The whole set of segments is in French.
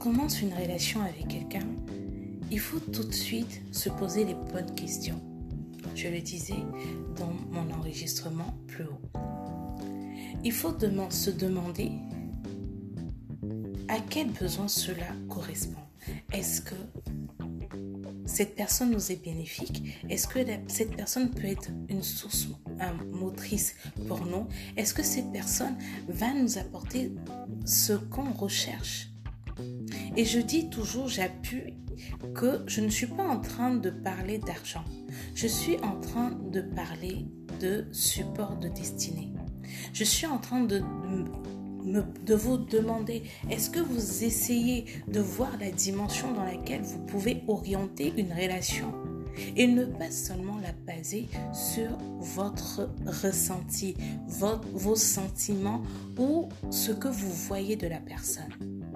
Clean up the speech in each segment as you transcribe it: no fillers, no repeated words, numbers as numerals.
commence une relation avec quelqu'un, il faut tout de suite se poser les bonnes questions. Je le disais dans mon enregistrement plus haut. Il faut se demander à quel besoin cela correspond. Est-ce que cette personne nous est bénéfique? Est-ce que cette personne peut être une source motrice pour nous? Est-ce que cette personne va nous apporter ce qu'on recherche? Et je dis toujours, j'appuie que je ne suis pas en train de parler d'argent. Je suis en train de parler de support de destinée. Je suis en train de vous demander, est-ce que vous essayez de voir la dimension dans laquelle vous pouvez orienter une relation et ne pas seulement la baser sur votre ressenti, vos sentiments ou ce que vous voyez de la personne.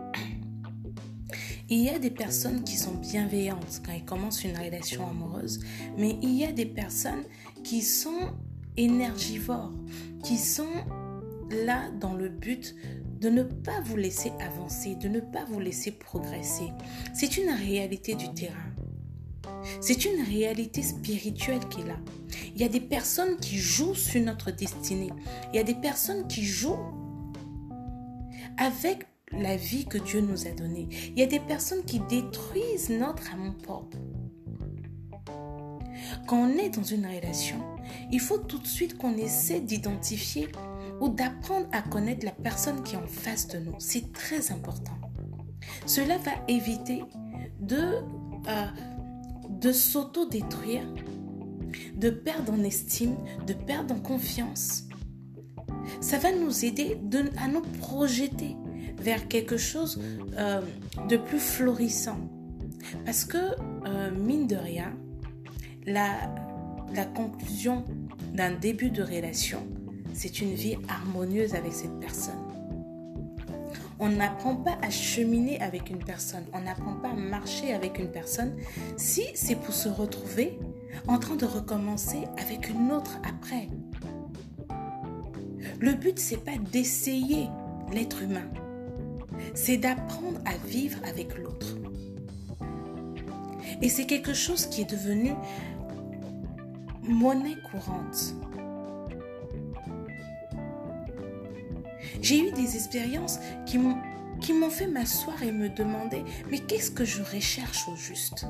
Il y a des personnes qui sont bienveillantes quand ils commencent une relation amoureuse, mais il y a des personnes qui sont énergivores, qui sont là dans le but de ne pas vous laisser avancer, de ne pas vous laisser progresser. C'est une réalité du terrain. C'est une réalité spirituelle qui est là. Il y a des personnes qui jouent sur notre destinée. Il y a des personnes qui jouent avec la vie que Dieu nous a donnée. Il y a des personnes qui détruisent notre amour-propre. Quand on est dans une relation, il faut tout de suite qu'on essaie d'identifier ou d'apprendre à connaître la personne qui est en face de nous. C'est très important. Cela va éviter de s'auto-détruire, de perdre en estime, de perdre en confiance. Ça va nous aider à nous projeter vers quelque chose de plus florissant. Parce que, mine de rien, la conclusion d'un début de relation, c'est une vie harmonieuse avec cette personne. On n'apprend pas à cheminer avec une personne, on n'apprend pas à marcher avec une personne si c'est pour se retrouver en train de recommencer avec une autre après. Le but, c'est pas d'essayer l'être humain, c'est d'apprendre à vivre avec l'autre. Et c'est quelque chose qui est devenu monnaie courante. J'ai eu des expériences qui m'ont fait m'asseoir et me demander, mais qu'est-ce que je recherche au juste?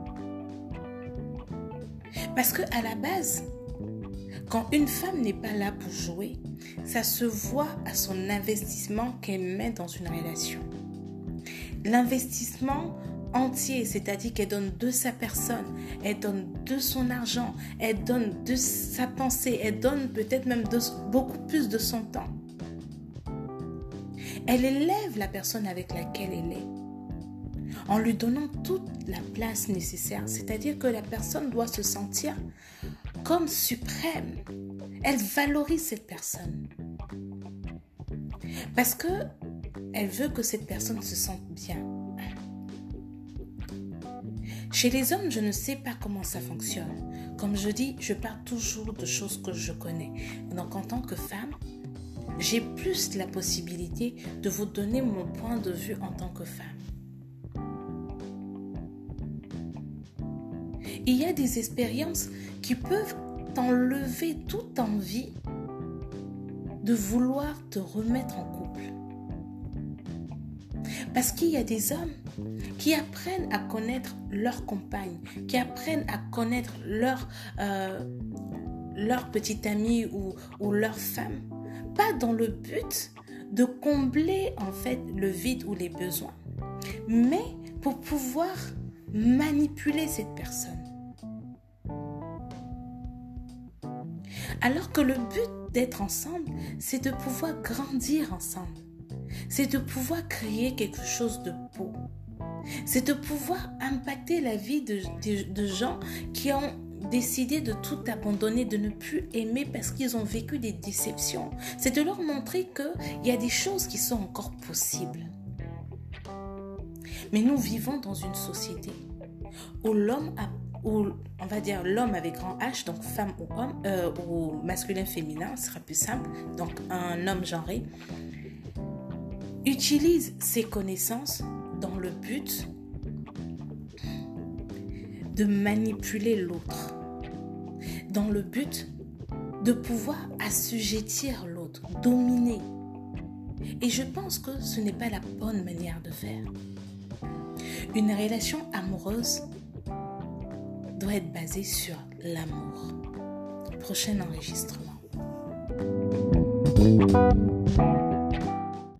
Parce qu'à la base, quand une femme n'est pas là pour jouer, ça se voit à son investissement qu'elle met dans une relation. L'investissement entier, c'est-à-dire qu'elle donne de sa personne, elle donne de son argent, elle donne de sa pensée, elle donne peut-être même beaucoup plus de son temps. Elle élève la personne avec laquelle elle est, en lui donnant toute la place nécessaire, c'est-à-dire que la personne doit se sentir comme suprême. Elle valorise cette personne parce que elle veut que cette personne se sente bien. Chez les hommes, je ne sais pas comment ça fonctionne. Comme je dis, je parle toujours de choses que je connais. Donc, en tant que femme, j'ai plus la possibilité de vous donner mon point de vue en tant que femme. Il y a des expériences qui peuvent t'enlever toute envie de vouloir te remettre en couple. Parce qu'il y a des hommes qui apprennent à connaître leur compagne, qui apprennent à connaître leur petite amie ou leur femme, pas dans le but de combler en fait le vide ou les besoins, mais pour pouvoir manipuler cette personne. Alors que le but d'être ensemble, c'est de pouvoir grandir ensemble. C'est de pouvoir créer quelque chose de beau. C'est de pouvoir impacter la vie de gens qui ont décidé de tout abandonner, de ne plus aimer parce qu'ils ont vécu des déceptions. C'est de leur montrer qu'il y a des choses qui sont encore possibles. Mais nous vivons dans une société où l'homme avec grand H, donc femme ou homme, ou masculin, féminin, ce sera plus simple, donc un homme genré, utilise ses connaissances dans le but de manipuler l'autre, dans le but de pouvoir assujettir l'autre, dominer. Et je pense que ce n'est pas la bonne manière de faire. Une relation amoureuse doit être basée sur l'amour. Prochain enregistrement.